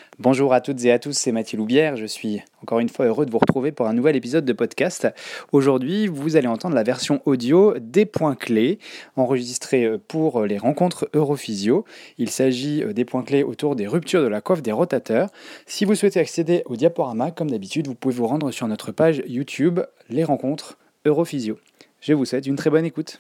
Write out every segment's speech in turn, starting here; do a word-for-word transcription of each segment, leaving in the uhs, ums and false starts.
Bonjour à toutes et à tous, c'est Mathieu Loubière. Je suis encore une fois heureux de vous retrouver pour un nouvel épisode de podcast. Aujourd'hui, vous allez entendre la version audio des points clés enregistrés pour les rencontres Europhysio. Il s'agit des points clés autour des ruptures de la coiffe des rotateurs. Si vous souhaitez accéder au diaporama, comme d'habitude, vous pouvez vous rendre sur notre page YouTube Les rencontres Europhysio. Je vous souhaite une très bonne écoute.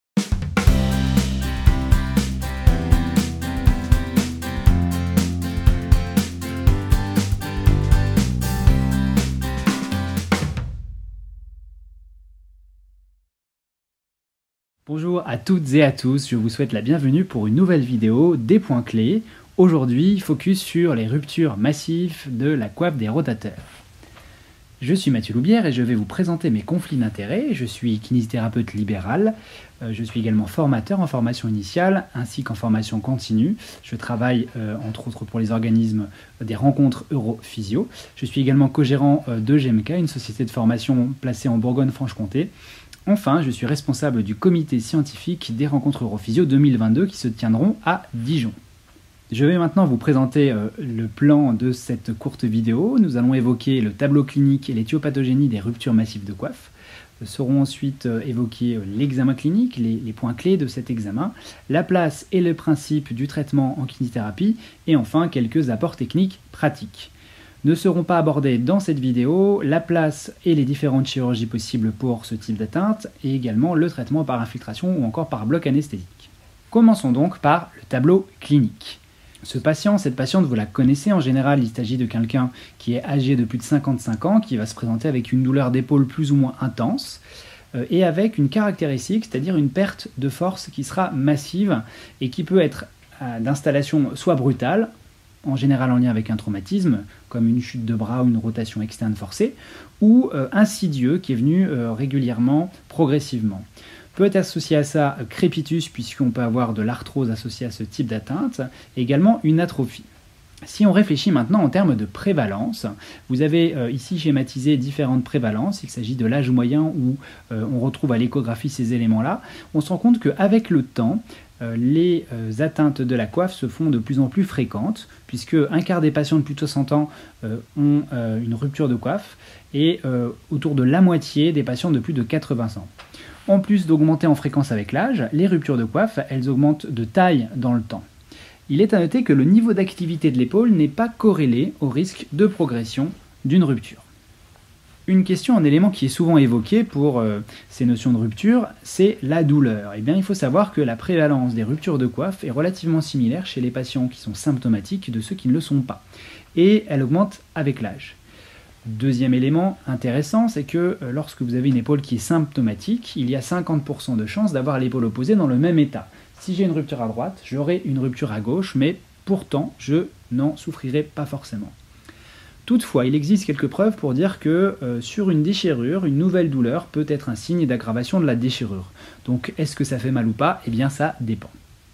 Bonjour à toutes et à tous, je vous souhaite la bienvenue pour une nouvelle vidéo des points clés. Aujourd'hui, focus sur les ruptures massives de la coiffe des rotateurs. Je suis Mathieu Loubière et je vais vous présenter mes conflits d'intérêts. Je suis kinésithérapeute libéral, je suis également formateur en formation initiale ainsi qu'en formation continue. Je travaille euh, entre autres pour les organismes des rencontres Europhysio. Je suis également co-gérant euh, de G M K, une société de formation placée en Bourgogne-Franche-Comté. Enfin, je suis responsable du comité scientifique des rencontres Europhysio deux mille vingt-deux qui se tiendront à Dijon. Je vais maintenant vous présenter euh, le plan de cette courte vidéo. Nous allons évoquer le tableau clinique et l'éthiopathogénie des ruptures massives de coiffe. Euh, seront ensuite euh, évoqués euh, l'examen clinique, les, les points clés de cet examen, la place et le principe du traitement en kinésithérapie, et enfin quelques apports techniques pratiques. Ne seront pas abordés dans cette vidéo la place et les différentes chirurgies possibles pour ce type d'atteinte, et également le traitement par infiltration ou encore par bloc anesthésique. Commençons donc par le tableau clinique. Ce patient, cette patiente, vous la connaissez en général, il s'agit de quelqu'un qui est âgé de plus de cinquante-cinq ans, qui va se présenter avec une douleur d'épaule plus ou moins intense, euh, et avec une caractéristique, c'est-à-dire une perte de force qui sera massive et qui peut être euh, d'installation soit brutale, en général en lien avec un traumatisme, comme une chute de bras ou une rotation externe forcée, ou euh, insidieux, qui est venu euh, régulièrement, progressivement. Peut être associé à ça euh, crépitus, puisqu'on peut avoir de l'arthrose associée à ce type d'atteinte, et également une atrophie. Si on réfléchit maintenant en termes de prévalence, vous avez euh, ici schématisé différentes prévalences. Il s'agit de l'âge moyen où euh, on retrouve à l'échographie ces éléments-là. On se rend compte qu'avec le temps, euh, les euh, atteintes de la coiffe se font de plus en plus fréquentes, puisque un quart des patients de plus de soixante ans euh, ont euh, une rupture de coiffe et euh, autour de la moitié des patients de plus de quatre-vingts ans. En plus d'augmenter en fréquence avec l'âge, les ruptures de coiffe, elles augmentent de taille dans le temps. Il est à noter que le niveau d'activité de l'épaule n'est pas corrélé au risque de progression d'une rupture. Une question, un élément qui est souvent évoqué pour euh, ces notions de rupture, c'est la douleur. Eh bien, il faut savoir que la prévalence des ruptures de coiffe est relativement similaire chez les patients qui sont symptomatiques de ceux qui ne le sont pas. Et elle augmente avec l'âge. Deuxième élément intéressant, c'est que euh, lorsque vous avez une épaule qui est symptomatique, il y a cinquante pour cent de chances d'avoir l'épaule opposée dans le même état. Si j'ai une rupture à droite, j'aurai une rupture à gauche, mais pourtant, je n'en souffrirai pas forcément. Toutefois, il existe quelques preuves pour dire que euh, sur une déchirure, une nouvelle douleur peut être un signe d'aggravation de la déchirure. Donc, est-ce que ça fait mal ou pas ? Eh bien, ça dépend.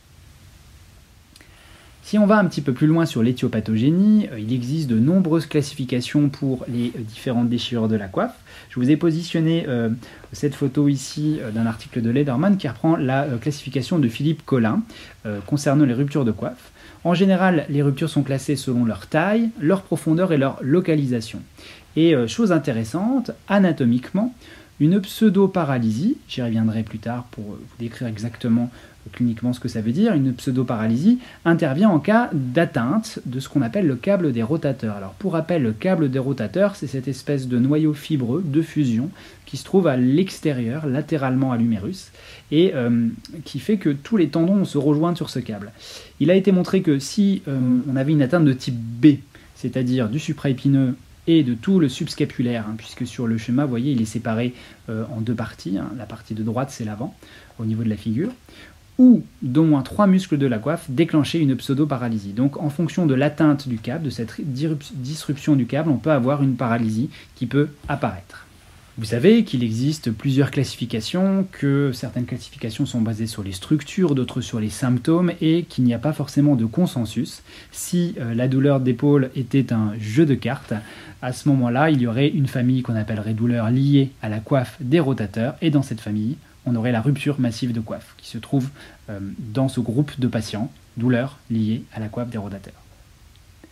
Si on va un petit peu plus loin sur l'éthiopathogénie, euh, il existe de nombreuses classifications pour les euh, différentes déchirures de la coiffe. Je vous ai positionné euh, cette photo ici euh, d'un article de Lederman qui reprend la euh, classification de Philippe Collin euh, concernant les ruptures de coiffe. En général, les ruptures sont classées selon leur taille, leur profondeur et leur localisation. Et euh, chose intéressante, anatomiquement, une pseudo-paralysie, j'y reviendrai plus tard pour vous décrire exactement cliniquement ce que ça veut dire, une pseudo-paralysie intervient en cas d'atteinte de ce qu'on appelle le câble des rotateurs. Alors pour rappel, le câble des rotateurs, c'est cette espèce de noyau fibreux de fusion qui se trouve à l'extérieur, latéralement à l'humérus, et euh, qui fait que tous les tendons se rejoignent sur ce câble. Il a été montré que si euh, on avait une atteinte de type B, c'est-à-dire du supraépineux et de tout le subscapulaire, hein, puisque sur le schéma, vous voyez, il est séparé euh, en deux parties. Hein. La partie de droite, c'est l'avant, au niveau de la figure, ou d'au moins trois muscles de la coiffe déclencher une pseudo-paralysie. Donc en fonction de l'atteinte du câble, de cette disruption du câble, on peut avoir une paralysie qui peut apparaître. Vous savez qu'il existe plusieurs classifications, que certaines classifications sont basées sur les structures, d'autres sur les symptômes, et qu'il n'y a pas forcément de consensus. Si euh, la douleur d'épaule était un jeu de cartes, à ce moment-là, il y aurait une famille qu'on appellerait douleur liée à la coiffe des rotateurs, et dans cette famille, on aurait la rupture massive de coiffe, qui se trouve euh, dans ce groupe de patients, douleur liée à la coiffe des rotateurs.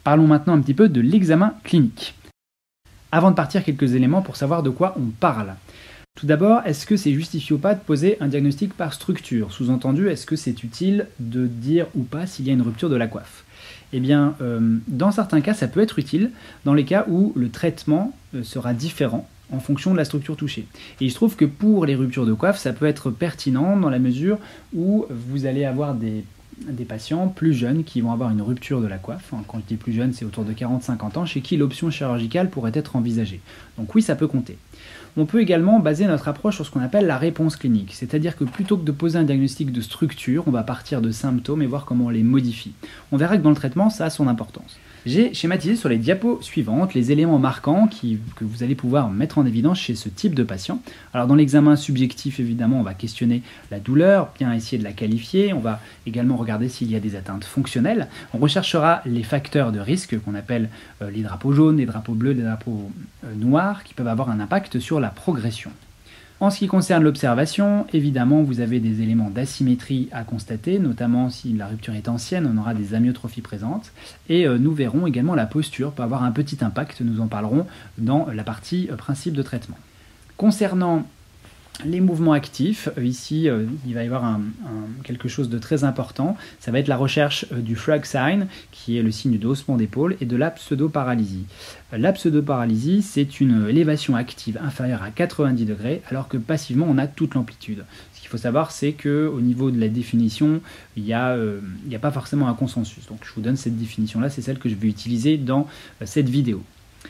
Parlons maintenant un petit peu de l'examen clinique. Avant de partir, quelques éléments pour savoir de quoi on parle. Tout d'abord, est-ce que c'est justifié ou pas de poser un diagnostic par structure? Sous-entendu, est-ce que c'est utile de dire ou pas s'il y a une rupture de la coiffe? Eh bien, euh, dans certains cas, ça peut être utile, dans les cas où le traitement euh, sera différent en fonction de la structure touchée. Et il se trouve que pour les ruptures de coiffe, ça peut être pertinent dans la mesure où vous allez avoir des, des patients plus jeunes qui vont avoir une rupture de la coiffe. Quand je dis plus jeune, c'est autour de quarante à cinquante ans, chez qui l'option chirurgicale pourrait être envisagée. Donc oui, ça peut compter. On peut également baser notre approche sur ce qu'on appelle la réponse clinique, c'est-à-dire que plutôt que de poser un diagnostic de structure, on va partir de symptômes et voir comment on les modifie. On verra que dans le traitement, ça a son importance. J'ai schématisé sur les diapos suivantes les éléments marquants qui, que vous allez pouvoir mettre en évidence chez ce type de patient. Alors dans l'examen subjectif, évidemment, on va questionner la douleur, bien essayer de la qualifier. On va également regarder s'il y a des atteintes fonctionnelles. On recherchera les facteurs de risque qu'on appelle euh, les drapeaux jaunes, les drapeaux bleus, les drapeaux euh, noirs, qui peuvent avoir un impact sur la progression. En ce qui concerne l'observation, évidemment, vous avez des éléments d'asymétrie à constater, notamment si la rupture est ancienne, on aura des amyotrophies présentes. Et euh, nous verrons également la posture peut avoir un petit impact, nous en parlerons dans la partie euh, principe de traitement. Concernant les mouvements actifs, euh, ici euh, il va y avoir un, un, quelque chose de très important, ça va être la recherche euh, du frog sign, qui est le signe de haussement d'épaule, et de la pseudo-paralysie. Euh, la pseudo-paralysie, c'est une élévation active inférieure à quatre-vingt-dix degrés, alors que passivement on a toute l'amplitude. Ce qu'il faut savoir, c'est qu'au niveau de la définition, il n'y a, euh, a pas forcément un consensus. Donc je vous donne cette définition-là, c'est celle que je vais utiliser dans euh, cette vidéo.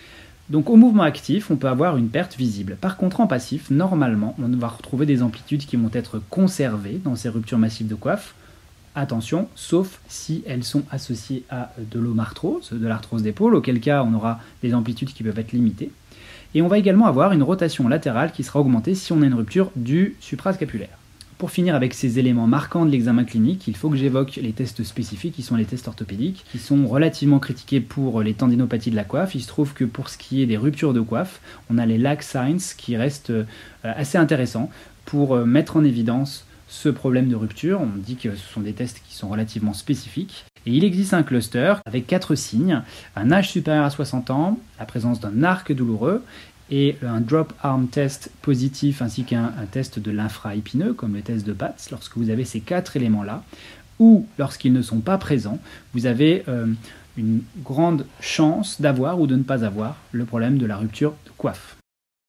Donc au mouvement actif, on peut avoir une perte visible. Par contre, en passif, normalement, on va retrouver des amplitudes qui vont être conservées dans ces ruptures massives de coiffe. Attention, sauf si elles sont associées à de l'omarthrose, de l'arthrose d'épaule, auquel cas on aura des amplitudes qui peuvent être limitées. Et on va également avoir une rotation latérale qui sera augmentée si on a une rupture du suprascapulaire. Pour finir avec ces éléments marquants de l'examen clinique, il faut que j'évoque les tests spécifiques, qui sont les tests orthopédiques, qui sont relativement critiqués pour les tendinopathies de la coiffe. Il se trouve que pour ce qui est des ruptures de coiffe, on a les lag signs qui restent assez intéressants pour mettre en évidence ce problème de rupture. On dit que ce sont des tests qui sont relativement spécifiques. Et il existe un cluster avec quatre signes: un âge supérieur à soixante ans, la présence d'un arc douloureux, et un drop arm test positif ainsi qu'un test de l'infra-épineux comme le test de Batts. Lorsque vous avez ces quatre éléments-là, ou lorsqu'ils ne sont pas présents, vous avez euh, une grande chance d'avoir ou de ne pas avoir le problème de la rupture de coiffe.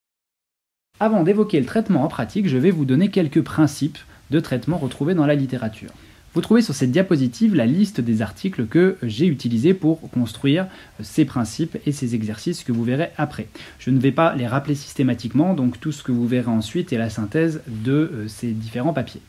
Avant d'évoquer le traitement en pratique, je vais vous donner quelques principes de traitement retrouvés dans la littérature. Vous trouvez sur cette diapositive la liste des articles que j'ai utilisés pour construire ces principes et ces exercices que vous verrez après. Je ne vais pas les rappeler systématiquement, donc tout ce que vous verrez ensuite est la synthèse de ces différents papiers.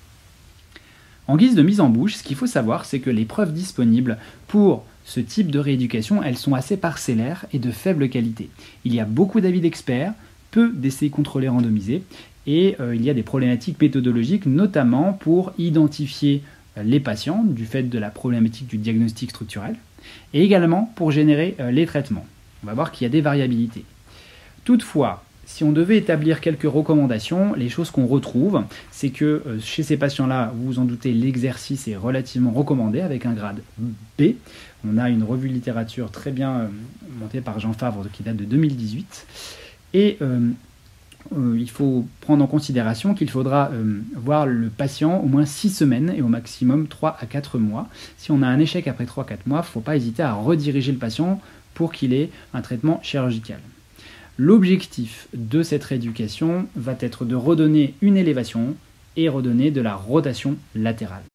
En guise de mise en bouche, ce qu'il faut savoir, c'est que les preuves disponibles pour ce type de rééducation, elles sont assez parcellaires et de faible qualité. Il y a beaucoup d'avis d'experts, peu d'essais contrôlés randomisés, et euh, il y a des problématiques méthodologiques, notamment pour identifier euh, les patients, du fait de la problématique du diagnostic structurel, et également pour générer euh, les traitements. On va voir qu'il y a des variabilités. Toutefois, si on devait établir quelques recommandations, les choses qu'on retrouve, c'est que euh, chez ces patients-là, vous vous en doutez, l'exercice est relativement recommandé avec un grade B. On a une revue de littérature très bien euh, montée par Jean Favre qui date de deux mille dix-huit. Et euh, Euh, il faut prendre en considération qu'il faudra euh, voir le patient au moins six semaines et au maximum trois à quatre mois. Si on a un échec après trois à quatre mois, il ne faut pas hésiter à rediriger le patient pour qu'il ait un traitement chirurgical. L'objectif de cette rééducation va être de redonner une élévation et redonner de la rotation latérale.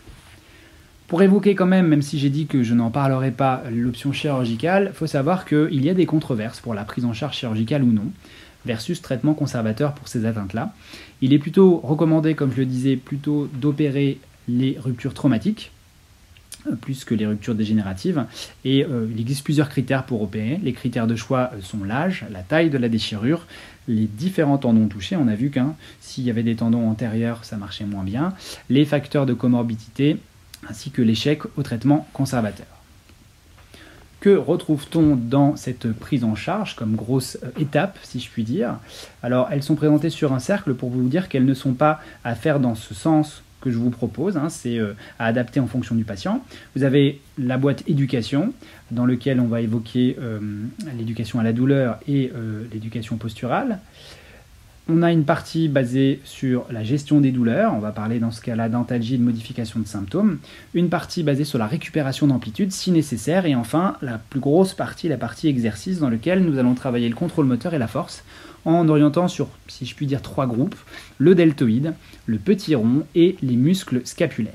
Pour évoquer quand même, même si j'ai dit que je n'en parlerai pas, l'option chirurgicale, il faut savoir qu'il y a des controverses pour la prise en charge chirurgicale ou non, versus traitement conservateur pour ces atteintes-là. Il est plutôt recommandé, comme je le disais, plutôt d'opérer les ruptures traumatiques, plus que les ruptures dégénératives. Et euh, il existe plusieurs critères pour opérer. Les critères de choix sont l'âge, la taille de la déchirure, les différents tendons touchés. On a vu qu'un, s'il y avait des tendons antérieurs, ça marchait moins bien. Les facteurs de comorbidité, ainsi que l'échec au traitement conservateur. Que retrouve-t-on dans cette prise en charge comme grosse étape, si je puis dire? Alors, elles sont présentées sur un cercle pour vous dire qu'elles ne sont pas à faire dans ce sens que je vous propose, hein, c'est euh, à adapter en fonction du patient. Vous avez la boîte éducation, dans laquelle on va évoquer euh, l'éducation à la douleur et euh, l'éducation posturale. On a une partie basée sur la gestion des douleurs, on va parler dans ce cas-là d'antalgie et de modification de symptômes. Une partie basée sur la récupération d'amplitude si nécessaire. Et enfin, la plus grosse partie, la partie exercice, dans laquelle nous allons travailler le contrôle moteur et la force, en orientant sur, si je puis dire, trois groupes, le deltoïde, le petit rond et les muscles scapulaires.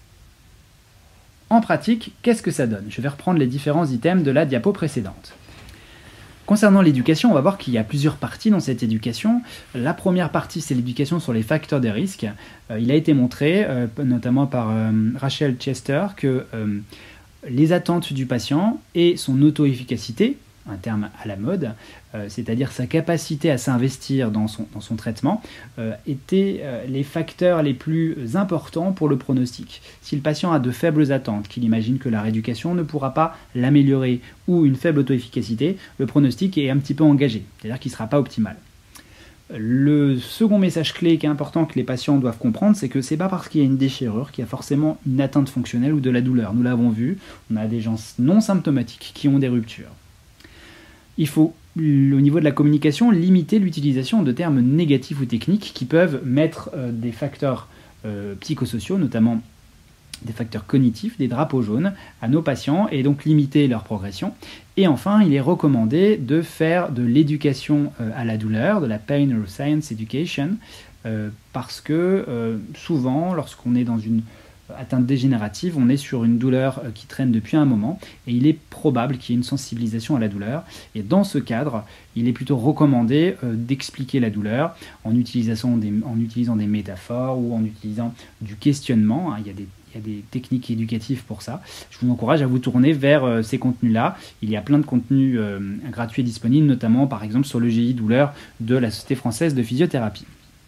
En pratique, qu'est-ce que ça donne? Je vais reprendre les différents items de la diapo précédente. Concernant l'éducation, on va voir qu'il y a plusieurs parties dans cette éducation. La première partie, c'est l'éducation sur les facteurs de risque. Euh, il a été montré, euh, notamment par euh, Rachel Chester, que euh, les attentes du patient et son auto-efficacité, un terme à la mode, euh, c'est-à-dire sa capacité à s'investir dans son, dans son traitement, euh, étaient euh, les facteurs les plus importants pour le pronostic. Si le patient a de faibles attentes, qu'il imagine que la rééducation ne pourra pas l'améliorer, ou une faible auto-efficacité, le pronostic est un petit peu engagé, c'est-à-dire qu'il ne sera pas optimal. Le second message clé qui est important que les patients doivent comprendre, c'est que ce n'est pas parce qu'il y a une déchirure qu'il y a forcément une atteinte fonctionnelle ou de la douleur. Nous l'avons vu, on a des gens non symptomatiques qui ont des ruptures. Il faut, au niveau de la communication, limiter l'utilisation de termes négatifs ou techniques qui peuvent mettre euh, des facteurs euh, psychosociaux, notamment des facteurs cognitifs, des drapeaux jaunes, à nos patients et donc limiter leur progression. Et enfin, il est recommandé de faire de l'éducation euh, à la douleur, de la Pain Neuroscience Education, euh, parce que euh, souvent, lorsqu'on est dans une atteinte dégénérative, on est sur une douleur qui traîne depuis un moment et il est probable qu'il y ait une sensibilisation à la douleur. Et dans ce cadre, il est plutôt recommandé euh, d'expliquer la douleur en utilisant, des, en utilisant des métaphores ou en utilisant du questionnement. Hein. Il y a des Il y a des techniques éducatives pour ça. Je vous encourage à vous tourner vers euh, ces contenus-là. Il y a plein de contenus euh, gratuits disponibles, notamment par exemple sur le G I douleur de la Société française de physiothérapie.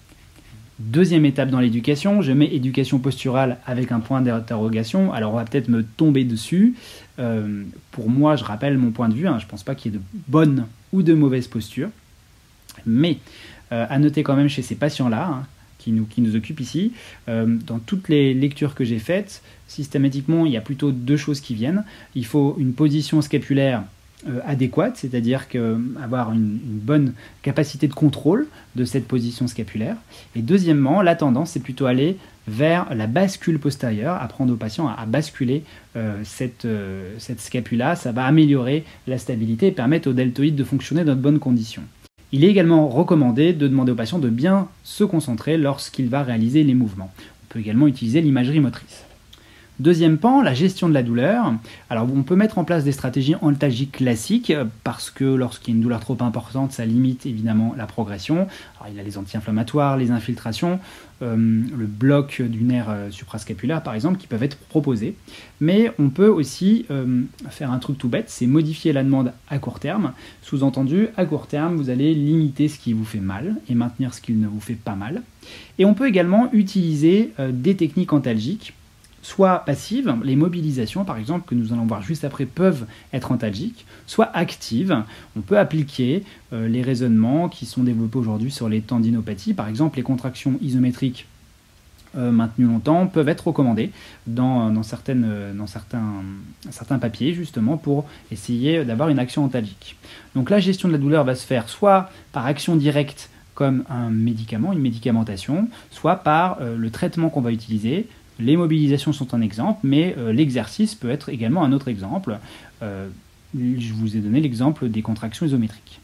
Deuxième étape dans l'éducation, je mets éducation posturale avec un point d'interrogation. Alors on va peut-être me tomber dessus. Euh, pour moi, je rappelle mon point de vue. Hein, je ne pense pas qu'il y ait de bonne ou de mauvaise posture. Mais euh, à noter quand même chez ces patients-là, hein, qui nous, qui nous occupent ici, euh, dans toutes les lectures que j'ai faites, systématiquement, il y a plutôt deux choses qui viennent. Il faut une position scapulaire Euh, adéquate, c'est-à-dire que, euh, avoir une, une bonne capacité de contrôle de cette position scapulaire. Et deuxièmement, la tendance, c'est plutôt aller vers la bascule postérieure, apprendre aux patients à, à basculer euh, cette, euh, cette scapula. Ça va améliorer la stabilité et permettre au deltoïde de fonctionner dans de bonnes conditions. Il est également recommandé de demander au patient de bien se concentrer lorsqu'il va réaliser les mouvements. On peut également utiliser l'imagerie motrice. Deuxième pan, la gestion de la douleur. Alors on peut mettre en place des stratégies antalgiques classiques parce que lorsqu'il y a une douleur trop importante, ça limite évidemment la progression. Alors il y a les anti-inflammatoires, les infiltrations, euh, le bloc du nerf euh, suprascapulaire par exemple qui peuvent être proposés. Mais on peut aussi euh, faire un truc tout bête, c'est modifier la demande à court terme. Sous-entendu, à court terme, vous allez limiter ce qui vous fait mal et maintenir ce qui ne vous fait pas mal. Et on peut également utiliser euh, des techniques antalgiques, soit passives, les mobilisations par exemple que nous allons voir juste après peuvent être antalgiques, soit actives, on peut appliquer euh, les raisonnements qui sont développés aujourd'hui sur les tendinopathies, par exemple les contractions isométriques euh, maintenues longtemps peuvent être recommandées dans, dans, certaines, dans certains, certains papiers justement pour essayer d'avoir une action antalgique. Donc la gestion de la douleur va se faire soit par action directe comme un médicament, une médicamentation, soit par euh, le traitement qu'on va utiliser. Les mobilisations sont un exemple, mais euh, l'exercice peut être également un autre exemple. Euh, je vous ai donné l'exemple des contractions isométriques.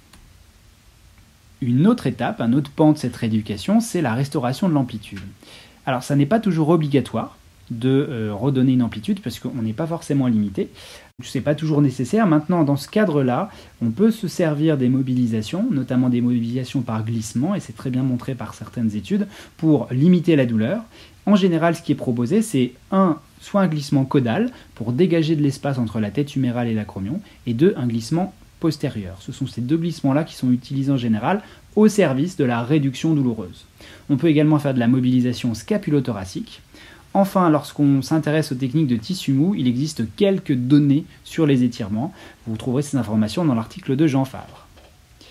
Une autre étape, un autre pan de cette rééducation, c'est la restauration de l'amplitude. Alors ça n'est pas toujours obligatoire de euh, redonner une amplitude parce qu'on n'est pas forcément limité. Ce n'est pas toujours nécessaire. Maintenant, dans ce cadre-là, on peut se servir des mobilisations, notamment des mobilisations par glissement, et c'est très bien montré par certaines études, pour limiter la douleur. En général, ce qui est proposé, c'est un, soit un glissement caudal pour dégager de l'espace entre la tête humérale et l'acromion, et deux, un glissement postérieur. Ce sont ces deux glissements-là qui sont utilisés en général au service de la réduction douloureuse. On peut également faire de la mobilisation scapulothoracique. Enfin, lorsqu'on s'intéresse aux techniques de tissu mou, il existe quelques données sur les étirements. Vous trouverez ces informations dans l'article de Jean Favre.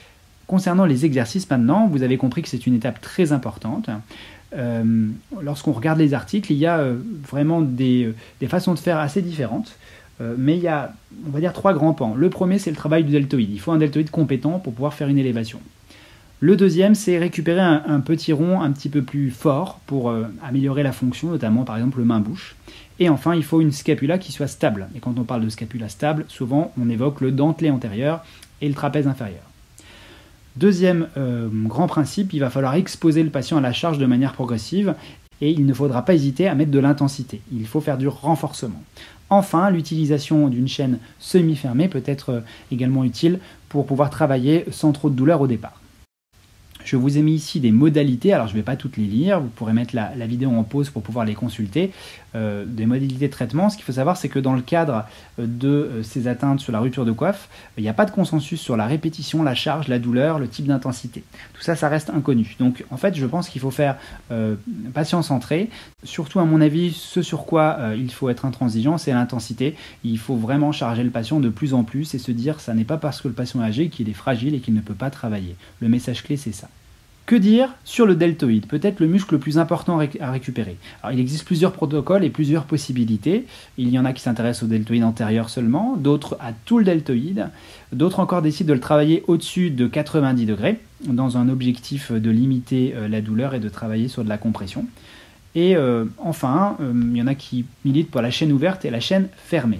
Concernant les exercices maintenant, vous avez compris que c'est une étape très importante. Euh, lorsqu'on regarde les articles, il y a euh, vraiment des, des façons de faire assez différentes. Euh, mais il y a, on va dire, trois grands pans. Le premier, c'est le travail du deltoïde. Il faut un deltoïde compétent pour pouvoir faire une élévation. Le deuxième, c'est récupérer un, un petit rond un petit peu plus fort pour euh, améliorer la fonction, notamment par exemple le main-bouche. Et enfin, il faut une scapula qui soit stable. Et quand on parle de scapula stable, souvent on évoque le dentelé antérieur et le trapèze inférieur. Deuxième euh, grand principe, il va falloir exposer le patient à la charge de manière progressive et il ne faudra pas hésiter à mettre de l'intensité. Il faut faire du renforcement. Enfin, l'utilisation d'une chaîne semi-fermée peut être également utile pour pouvoir travailler sans trop de douleur au départ. Je vous ai mis ici des modalités, alors je ne vais pas toutes les lire, vous pourrez mettre la, la vidéo en pause pour pouvoir les consulter. Euh, des modalités de traitement, ce qu'il faut savoir c'est que dans le cadre de euh, ces atteintes sur la rupture de coiffe, il n'y a pas de consensus sur la répétition, la charge, la douleur, le type d'intensité. Tout ça, ça reste inconnu. Donc en fait, je pense qu'il faut faire euh, patient centré. Surtout à mon avis, ce sur quoi euh, il faut être intransigeant, c'est l'intensité. Il faut vraiment charger le patient de plus en plus et se dire ça n'est pas parce que le patient est âgé qu'il est fragile et qu'il ne peut pas travailler. Le message clé, c'est ça. Que dire sur le deltoïde, peut-être le muscle le plus important à récupérer. Alors, il existe plusieurs protocoles et plusieurs possibilités. Il y en a qui s'intéressent au deltoïde antérieur seulement, d'autres à tout le deltoïde, d'autres encore décident de le travailler au-dessus de quatre-vingt-dix degrés, dans un objectif de limiter la douleur et de travailler sur de la compression. Et euh, enfin, euh, il y en a qui militent pour la chaîne ouverte et la chaîne fermée.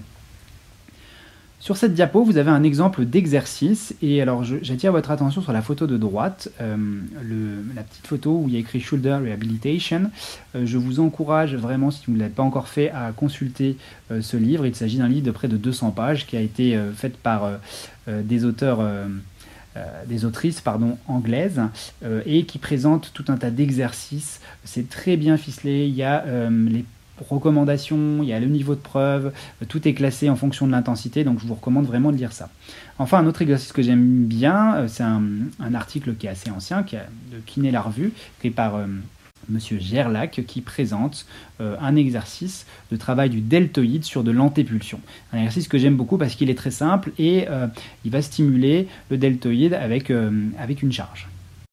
Sur cette diapo, vous avez un exemple d'exercice, et alors j'attire votre attention sur la photo de droite, euh, le, la petite photo où il y a écrit Shoulder Rehabilitation. Euh, je vous encourage vraiment, si vous ne l'avez pas encore fait, à consulter euh, ce livre. Il s'agit d'un livre de près de deux cents pages qui a été euh, fait par euh, euh, des auteurs... Euh, Euh, des autrices pardon, anglaises euh, et qui présente tout un tas d'exercices. C'est très bien ficelé, il y a euh, les recommandations, il y a le niveau de preuve, euh, tout est classé en fonction de l'intensité, donc je vous recommande vraiment de lire ça. Enfin, un autre exercice que j'aime bien, euh, c'est un, un article qui est assez ancien, qui a, de Kiné la revue, écrit par euh, Monsieur Gerlach, qui présente euh, un exercice de travail du deltoïde sur de l'antépulsion. Un exercice que j'aime beaucoup parce qu'il est très simple et euh, il va stimuler le deltoïde avec, euh, avec une charge.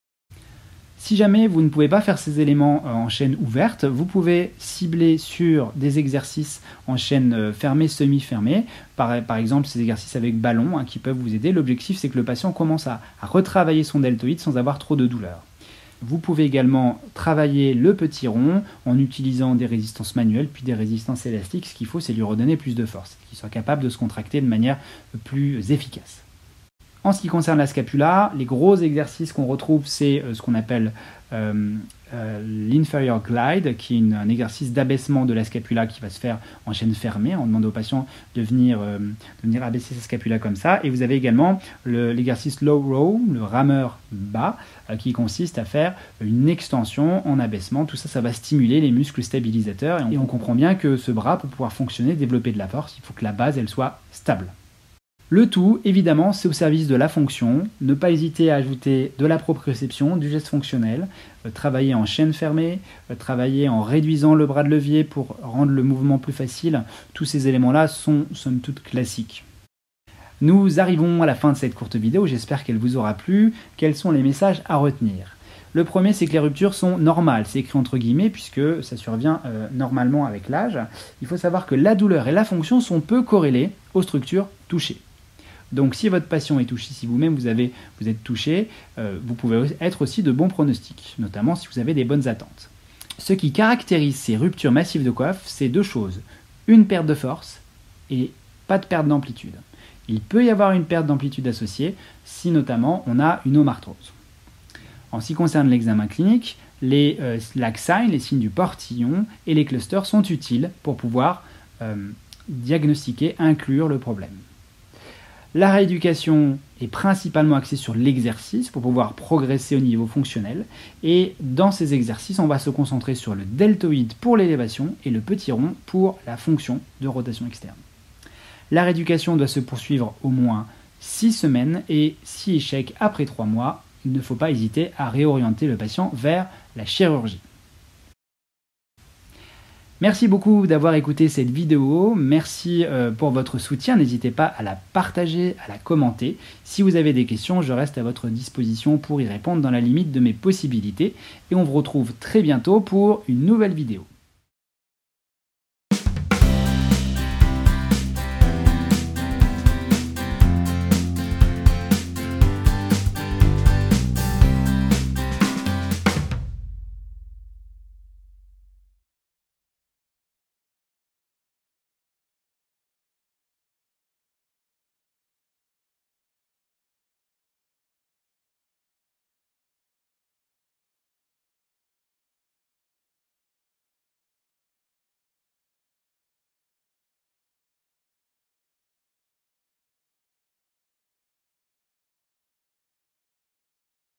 Si jamais vous ne pouvez pas faire ces éléments en chaîne ouverte, vous pouvez cibler sur des exercices en chaîne fermée, semi-fermée, par, par exemple ces exercices avec ballon hein, qui peuvent vous aider. L'objectif c'est que le patient commence à, à retravailler son deltoïde sans avoir trop de douleur. Vous pouvez également travailler le petit rond en utilisant des résistances manuelles puis des résistances élastiques. Ce qu'il faut, c'est lui redonner plus de force, qu'il soit capable de se contracter de manière plus efficace. En ce qui concerne la scapula, les gros exercices qu'on retrouve, c'est ce qu'on appelle euh, euh, l'inferior glide, qui est une, un exercice d'abaissement de la scapula qui va se faire en chaîne fermée. On demande au patient de venir, euh, de venir abaisser sa scapula comme ça. Et vous avez également l'exercice low row, le rameur bas, euh, qui consiste à faire une extension en abaissement. Tout ça, ça va stimuler les muscles stabilisateurs. Et on, et on comprend bien que ce bras, pour pouvoir fonctionner, développer de la force, il faut que la base, elle soit stable. Le tout, évidemment, c'est au service de la fonction. Ne pas hésiter à ajouter de la proprioception, du geste fonctionnel, euh, travailler en chaîne fermée, euh, travailler en réduisant le bras de levier pour rendre le mouvement plus facile. Tous ces éléments-là sont, somme toute, classiques. Nous arrivons à la fin de cette courte vidéo, j'espère qu'elle vous aura plu. Quels sont les messages à retenir ? Le premier, c'est que les ruptures sont normales, c'est écrit entre guillemets puisque ça survient euh, normalement avec l'âge. Il faut savoir que la douleur et la fonction sont peu corrélées aux structures touchées. Donc si votre patient est touché, si vous-même vous, avez, vous êtes touché, euh, vous pouvez être aussi de bons pronostics, notamment si vous avez des bonnes attentes. Ce qui caractérise ces ruptures massives de coiffe, c'est deux choses. Une perte de force et pas de perte d'amplitude. Il peut y avoir une perte d'amplitude associée si notamment on a une omarthrose. En ce qui concerne l'examen clinique, les euh, lag signs, les signes du portillon et les clusters sont utiles pour pouvoir euh, diagnostiquer, inclure le problème. La rééducation est principalement axée sur l'exercice pour pouvoir progresser au niveau fonctionnel. Et dans ces exercices, on va se concentrer sur le deltoïde pour l'élévation et le petit rond pour la fonction de rotation externe. La rééducation doit se poursuivre au moins six semaines et si échec après trois mois, il ne faut pas hésiter à réorienter le patient vers la chirurgie. Merci beaucoup d'avoir écouté cette vidéo, merci euh, pour votre soutien, n'hésitez pas à la partager, à la commenter. Si vous avez des questions, je reste à votre disposition pour y répondre dans la limite de mes possibilités. Et on vous retrouve très bientôt pour une nouvelle vidéo.